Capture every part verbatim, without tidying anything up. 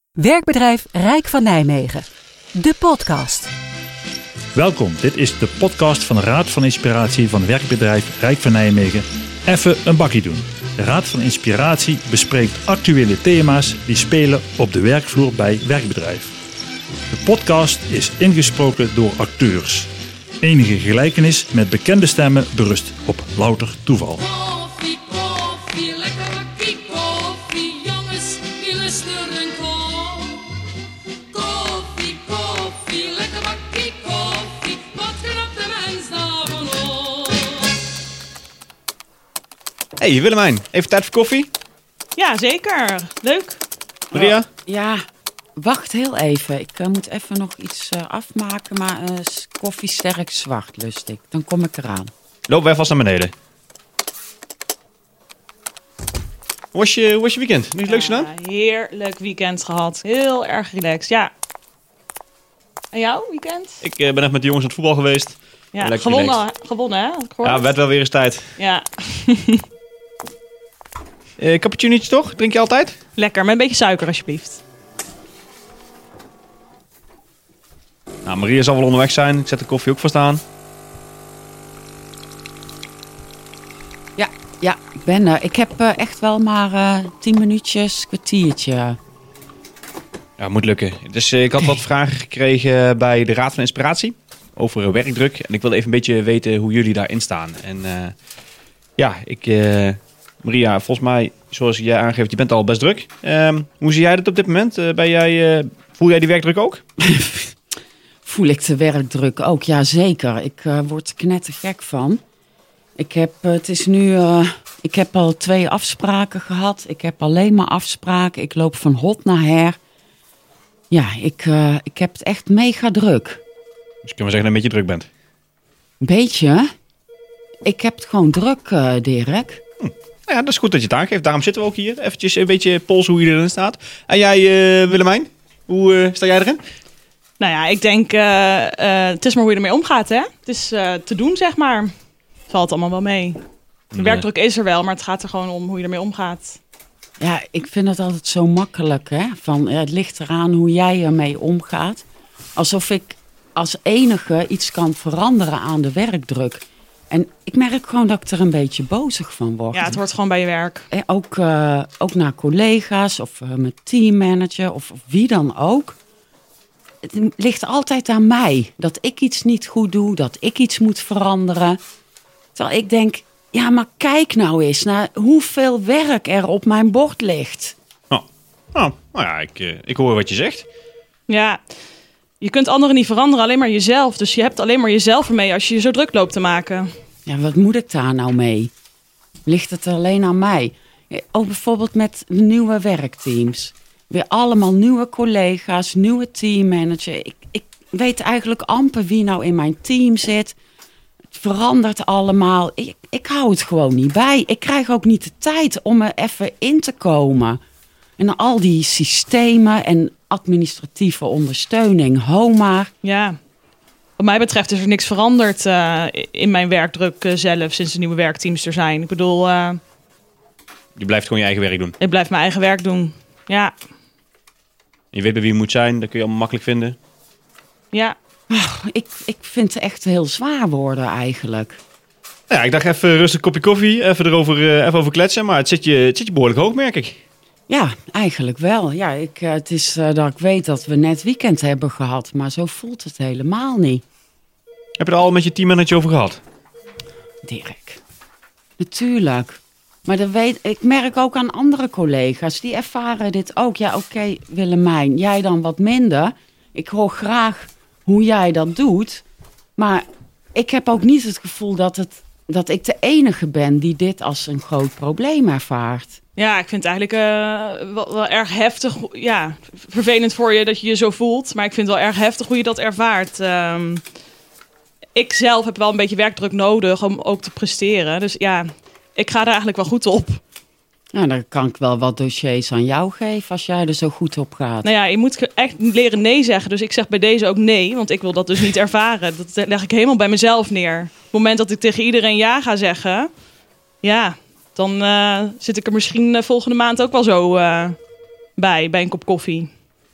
Werkbedrijf Rijk van Nijmegen. De podcast. Welkom, dit is de podcast van de Raad van Inspiratie van Werkbedrijf Rijk van Nijmegen. Even een bakkie doen. De Raad van Inspiratie bespreekt actuele thema's die spelen op de werkvloer bij werkbedrijf. De podcast is ingesproken door acteurs. Enige gelijkenis met bekende stemmen berust op louter toeval. Koffie, koffie, lekker bakkie koffie, jongens, die luisteren kom. Koffie, koffie, lekker bakkie koffie, wat knapt de mens daarvan op? Hey Willemijn, even tijd voor koffie? Ja, zeker. Leuk. Maria? Ja, wacht heel even. Ik uh, moet even nog iets uh, afmaken, maar uh, koffie sterk zwart lust ik. Dan kom ik eraan. Lopen wij vast naar beneden. Hoe was je, hoe was je weekend? Niets leuks gedaan? Ja, heerlijk weekend gehad. Heel erg relaxed, ja. En jouw weekend? Ik uh, ben echt met de jongens aan het voetbal geweest. Ja, lekker gewonnen, relaxed. gewonnen hè? Had ik gehoord. Ja, werd wel weer eens tijd. Ja, Uh, cappuccinootje toch? Drink je altijd? lekker. Met een beetje suiker alsjeblieft. Nou, Maria zal wel onderweg zijn. Ik zet de koffie ook vast aan. Ja, ja, ik ben er. Ik heb uh, echt wel maar uh, tien minuutjes, kwartiertje. Ja, moet lukken. Dus uh, ik had wat vragen gekregen bij de Raad van Inspiratie over uh, werkdruk. En ik wilde even een beetje weten hoe jullie daarin staan. En uh, ja, ik... Uh, Maria, volgens mij, zoals jij aangeeft, je bent al best druk. Um, hoe zie jij dat op dit moment? Uh, ben jij, uh, voel jij die werkdruk ook? Voel ik de werkdruk ook? Ja, zeker. Ik uh, word er knettergek van. Ik heb, uh, het is nu, uh, ik heb al twee afspraken gehad. Ik heb alleen maar afspraken. Ik loop van hot naar her. Ja, ik, uh, ik heb het echt mega druk. Dus kunnen we zeggen dat je een beetje druk bent? Beetje? Ik heb het gewoon druk, uh, Dirk. Nou ja, dat is goed dat je het aangeeft. Daarom zitten we ook hier. Eventjes een beetje polsen hoe je erin staat. En jij, uh, Willemijn? Hoe uh, sta jij erin? Nou ja, ik denk, uh, uh, het is maar hoe je ermee omgaat, hè? Het is uh, te doen, zeg maar. Valt allemaal wel mee. De Nee. werkdruk is er wel, maar het gaat er gewoon om hoe je ermee omgaat. Ja, ik vind het altijd zo makkelijk, hè. Van, ja, het ligt eraan hoe jij ermee omgaat. Alsof ik als enige iets kan veranderen aan de werkdruk. En ik merk gewoon dat ik er een beetje bozig van word. Ja, het hoort gewoon bij je werk. En ook, uh, ook naar collega's of uh, mijn teammanager of, of wie dan ook. Het ligt altijd aan mij. Dat ik iets niet goed doe, dat ik iets moet veranderen. Terwijl ik denk, ja, maar kijk nou eens naar hoeveel werk er op mijn bord ligt. Oh, oh nou ja, ik, uh, ik hoor wat je zegt. Ja, je kunt anderen niet veranderen, alleen maar jezelf. Dus je hebt alleen maar jezelf ermee als je je zo druk loopt te maken. Ja, wat moet ik daar nou mee? Ligt het alleen aan mij? Ook bijvoorbeeld met de nieuwe werkteams. Weer allemaal nieuwe collega's, nieuwe teammanager. Ik, ik weet eigenlijk amper wie nou in mijn team zit. Het verandert allemaal. Ik, ik hou het gewoon niet bij. Ik krijg ook niet de tijd om er even in te komen. En dan al die systemen en administratieve ondersteuning, H O M A. Ja, wat mij betreft is er niks veranderd uh, in mijn werkdruk uh, zelf sinds de nieuwe werkteams er zijn. Ik bedoel, uh, Je blijft gewoon je eigen werk doen. ik blijf mijn eigen werk doen. Ja, Je weet bij wie je moet zijn, dat kun je allemaal makkelijk vinden. ja. Ik, ik vind het echt heel zwaar worden eigenlijk. Nou ja, ik dacht even rustig kopje koffie, even erover uh, even over kletsen. Maar het zit, je, het zit je behoorlijk hoog, merk ik. Ja, eigenlijk wel. Ja, ik, uh, het is uh, dat ik weet dat we net weekend hebben gehad, maar zo voelt het helemaal niet. Heb je er al met je teammanager over gehad? Dirk. Natuurlijk. Maar dat weet, ik merk ook aan andere collega's, die ervaren dit ook. Ja, oké, okay, Willemijn, jij dan wat minder. Ik hoor graag hoe jij dat doet. Maar ik heb ook niet het gevoel dat, het, dat ik de enige ben die dit als een groot probleem ervaart. Ja, ik vind het eigenlijk uh, wel, wel erg heftig. Ja, vervelend voor je dat je je zo voelt. Maar ik vind het wel erg heftig hoe je dat ervaart. Um, ik zelf heb wel een beetje werkdruk nodig om ook te presteren. Dus ja, ik ga er eigenlijk wel goed op. Nou, dan kan ik wel wat dossiers aan jou geven als jij er zo goed op gaat. Nou ja, je moet echt leren nee zeggen. Dus ik zeg bij deze ook nee, want ik wil dat dus niet ervaren. Dat leg ik helemaal bij mezelf neer. Op het moment dat ik tegen iedereen ja ga zeggen, ja, dan uh, zit ik er misschien uh, volgende maand ook wel zo uh, bij, bij een kop koffie.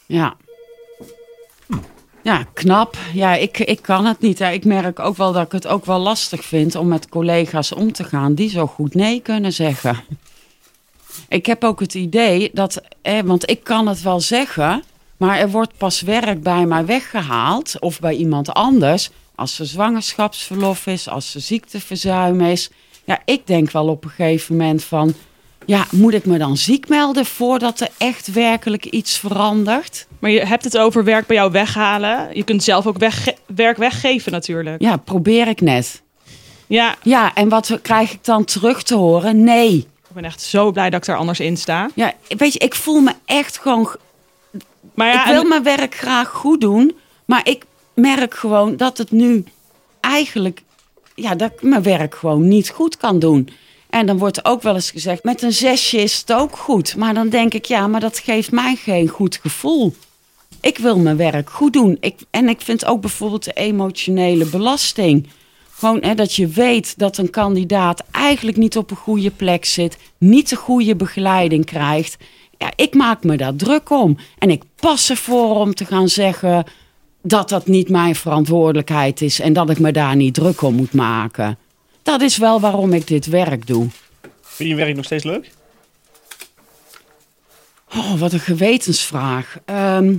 Ja. Ja, knap. Ja, ik, ik kan het niet. Hè. Ik merk ook wel dat ik het ook wel lastig vind om met collega's om te gaan die zo goed nee kunnen zeggen. Ik heb ook het idee dat, hè, want ik kan het wel zeggen, maar er wordt pas werk bij mij weggehaald of bij iemand anders als er zwangerschapsverlof is, als er ziekteverzuim is. Ja, ik denk wel op een gegeven moment van, ja, moet ik me dan ziek melden voordat er echt werkelijk iets verandert? Maar je hebt het over werk bij jou weghalen. Je kunt zelf ook wegge- werk weggeven natuurlijk. Ja, probeer ik net. Ja, Ja, en wat krijg ik dan terug te horen? Nee. ik ben echt zo blij dat ik daar anders in sta. Ja, weet je, ik voel me echt gewoon... Maar ja, ik wil en- mijn werk graag goed doen, maar ik merk gewoon dat het nu eigenlijk... Ja, dat ik mijn werk gewoon niet goed kan doen. En dan wordt er ook wel eens gezegd, met een zesje is het ook goed. Maar dan denk ik, ja, maar dat geeft mij geen goed gevoel. Ik wil mijn werk goed doen. Ik, en ik vind ook bijvoorbeeld de emotionele belasting. Gewoon hè, dat je weet dat een kandidaat eigenlijk niet op een goede plek zit. Niet de goede begeleiding krijgt. Ja, ik maak me daar druk om. En ik pas ervoor om te gaan zeggen dat dat niet mijn verantwoordelijkheid is. En dat ik me daar niet druk om moet maken. Dat is wel waarom ik dit werk doe. Vind je je werk nog steeds leuk? Oh, wat een gewetensvraag. Ehm,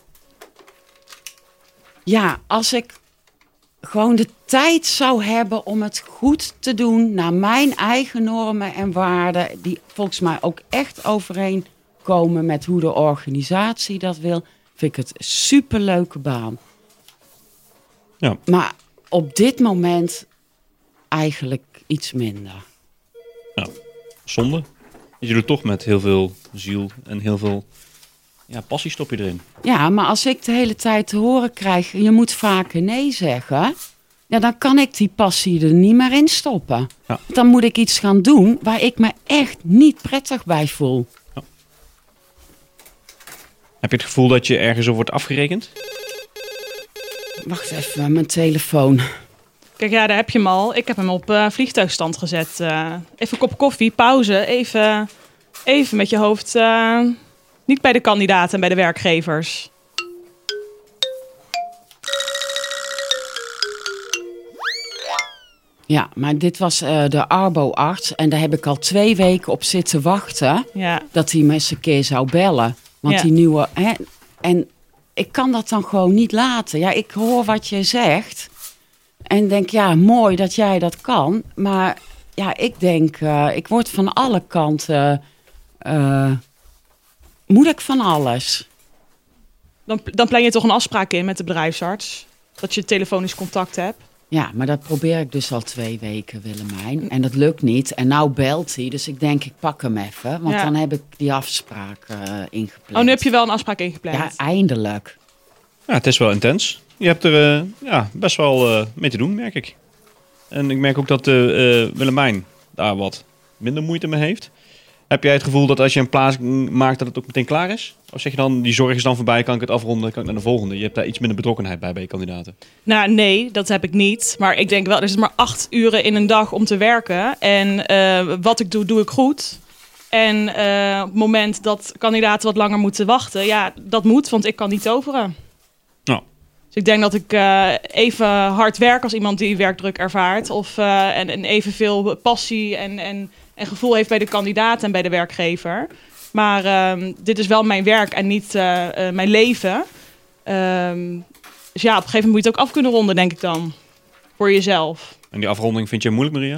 ja, als ik gewoon de tijd zou hebben om het goed te doen naar mijn eigen normen en waarden, die volgens mij ook echt overeenkomen met hoe de organisatie dat wil, vind ik het een superleuke baan. Ja. Maar op dit moment eigenlijk iets minder. Ja, zonde. Je doet het toch met heel veel ziel en heel veel ja, passie stop je erin. Ja, maar als ik de hele tijd te horen krijg, je moet vaker nee zeggen, ja, dan kan ik die passie er niet meer in stoppen. Ja. Dan moet ik iets gaan doen waar ik me echt niet prettig bij voel. Heb je het gevoel dat je ergens op wordt afgerekend? Wacht even, mijn telefoon. Kijk, ja, daar heb je hem al. Ik heb hem op uh, vliegtuigstand gezet. Uh, even een kop koffie, pauze. Even, even met je hoofd uh, niet bij de kandidaten en bij de werkgevers. Ja, maar dit was uh, de arbo-arts en daar heb ik al twee weken op zitten wachten Ja, dat hij me eens een keer zou bellen. Want Ja. die nieuwe... Hè, en ik kan dat dan gewoon niet laten. Ja, ik hoor wat je zegt en denk, ja, mooi dat jij dat kan. Maar ja, ik denk, uh, ik word van alle kanten... Uh, moet ik van alles? dan, dan plan je toch een afspraak in met de bedrijfsarts. Dat je telefonisch contact hebt. Ja, maar dat probeer ik dus al twee weken, Willemijn. En dat lukt niet. En nou belt hij, dus ik denk, ik pak hem even. Want Ja. dan heb ik die afspraak uh, ingepland. Oh, nu heb je wel een afspraak ingepland. Ja, eindelijk. Ja, het is wel intens. Je hebt er uh, ja, best wel uh, mee te doen, merk ik. En ik merk ook dat uh, uh, Willemijn daar wat minder moeite mee heeft. Heb jij het gevoel dat als je een plaatsing maakt dat het ook meteen klaar is? Of zeg je dan, die zorg is dan voorbij, kan ik het afronden, kan ik naar de volgende? Je hebt daar iets minder betrokkenheid bij bij je kandidaten. Nou, nee, dat heb ik niet. Maar ik denk wel, er zit maar acht uren in een dag om te werken. En uh, wat ik doe, doe ik goed. En uh, op het moment dat kandidaten wat langer moeten wachten, ja, dat moet, want ik kan niet toveren. Nou, Dus ik denk dat ik uh, even hard werk als iemand die werkdruk ervaart. Of, uh, en, en evenveel passie en, en, en gevoel heeft bij de kandidaat en bij de werkgever. Maar um, dit is wel mijn werk en niet uh, uh, mijn leven. Um, dus ja, op een gegeven moment moet je het ook af kunnen ronden, denk ik dan. Voor jezelf. en die afronding vind je moeilijk, Maria?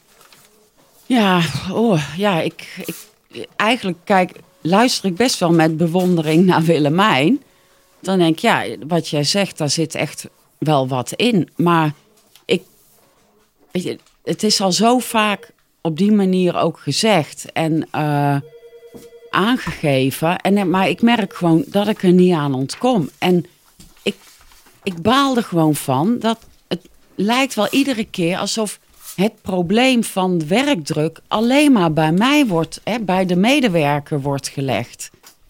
Ja, oh, ja, ik, ik, eigenlijk, kijk, luister ik best wel met bewondering naar Willemijn. Dan denk ik, ja, wat jij zegt, daar zit echt wel wat in. Maar ik, weet je, het is al zo vaak op die manier ook gezegd en uh, aangegeven. En, maar ik merk gewoon dat ik er niet aan ontkom. En ik, ik baal er gewoon van dat het lijkt wel iedere keer alsof het probleem van werkdruk alleen maar bij mij wordt, hè, bij de medewerker wordt gelegd.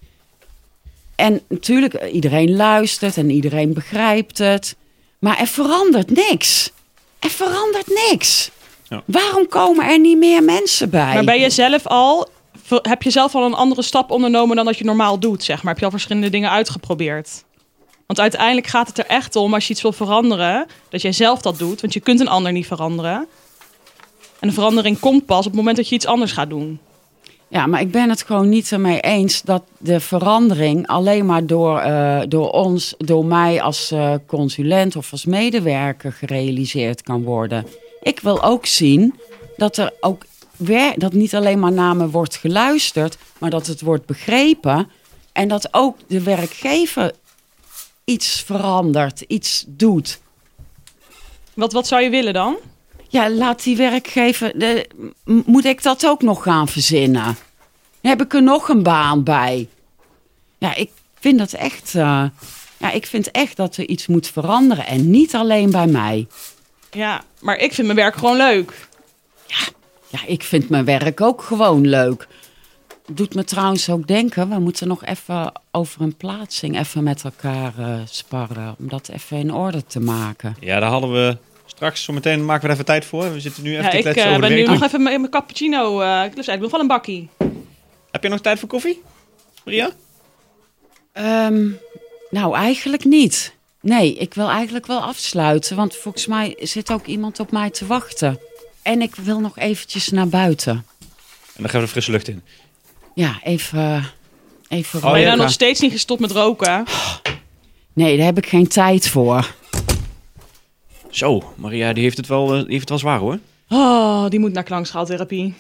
En natuurlijk, iedereen luistert en iedereen begrijpt het. Maar er verandert niks. Er verandert niks. Ja. Waarom komen er niet meer mensen bij? Maar ben je zelf al ver- heb je zelf al een andere stap ondernomen dan dat je normaal doet, zeg maar? Heb je al verschillende dingen uitgeprobeerd? Want uiteindelijk gaat het er echt om, als je iets wil veranderen, dat jij zelf dat doet. Want je kunt een ander niet veranderen. En de verandering komt pas op het moment dat je iets anders gaat doen. Ja, maar ik ben het gewoon niet ermee eens dat de verandering alleen maar door, uh, door ons, door mij als uh, consulent of als medewerker gerealiseerd kan worden. Ik wil ook zien dat er ook wer- dat niet alleen maar naar me wordt geluisterd, maar dat het wordt begrepen en dat ook de werkgever iets verandert, iets doet. Wat, wat zou je willen dan? Ja, laat die werkgever... De, m- moet ik dat ook nog gaan verzinnen? Dan heb ik er nog een baan bij. Ja, ik vind dat echt... Uh, ja, ik vind echt dat er iets moet veranderen. En niet alleen bij mij. Ja, maar ik vind mijn werk gewoon leuk. Ja, ik vind mijn werk ook gewoon leuk. Doet me trouwens ook denken... We moeten nog even over een plaatsing even met elkaar uh, sparren. Om dat even in orde te maken. Ja, daar hadden we straks, zometeen maken we er even tijd voor. We zitten nu even Ja, te ik kletsen uh, over de ben nu werkdruk. nog even mijn mijn cappuccino. Uh, ik lust uit, ik wil wel een bakkie. Heb je nog tijd voor koffie, Maria? Um, nou, eigenlijk niet. Nee, ik wil eigenlijk wel afsluiten. Want volgens mij zit ook iemand op mij te wachten. En ik wil nog eventjes naar buiten. En dan gaan we de frisse lucht in. Ja, even, even Oh, Ben je roken. nou nog steeds niet gestopt met roken? Nee, daar heb ik geen tijd voor. Zo, Maria, die heeft het wel, uh, die heeft het wel zwaar hoor. Oh, die moet naar klankschaaltherapie.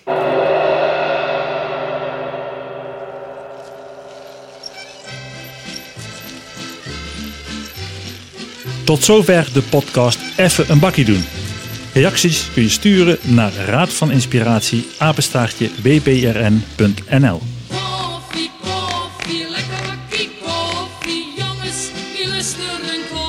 Tot zover de podcast Even een bakkie doen. Reacties kun je sturen naar raad van inspiratie apenstaartje b p r n punt n l. Koffie, koffie, lekker bakkie koffie. Jongens, die luisteren koffie.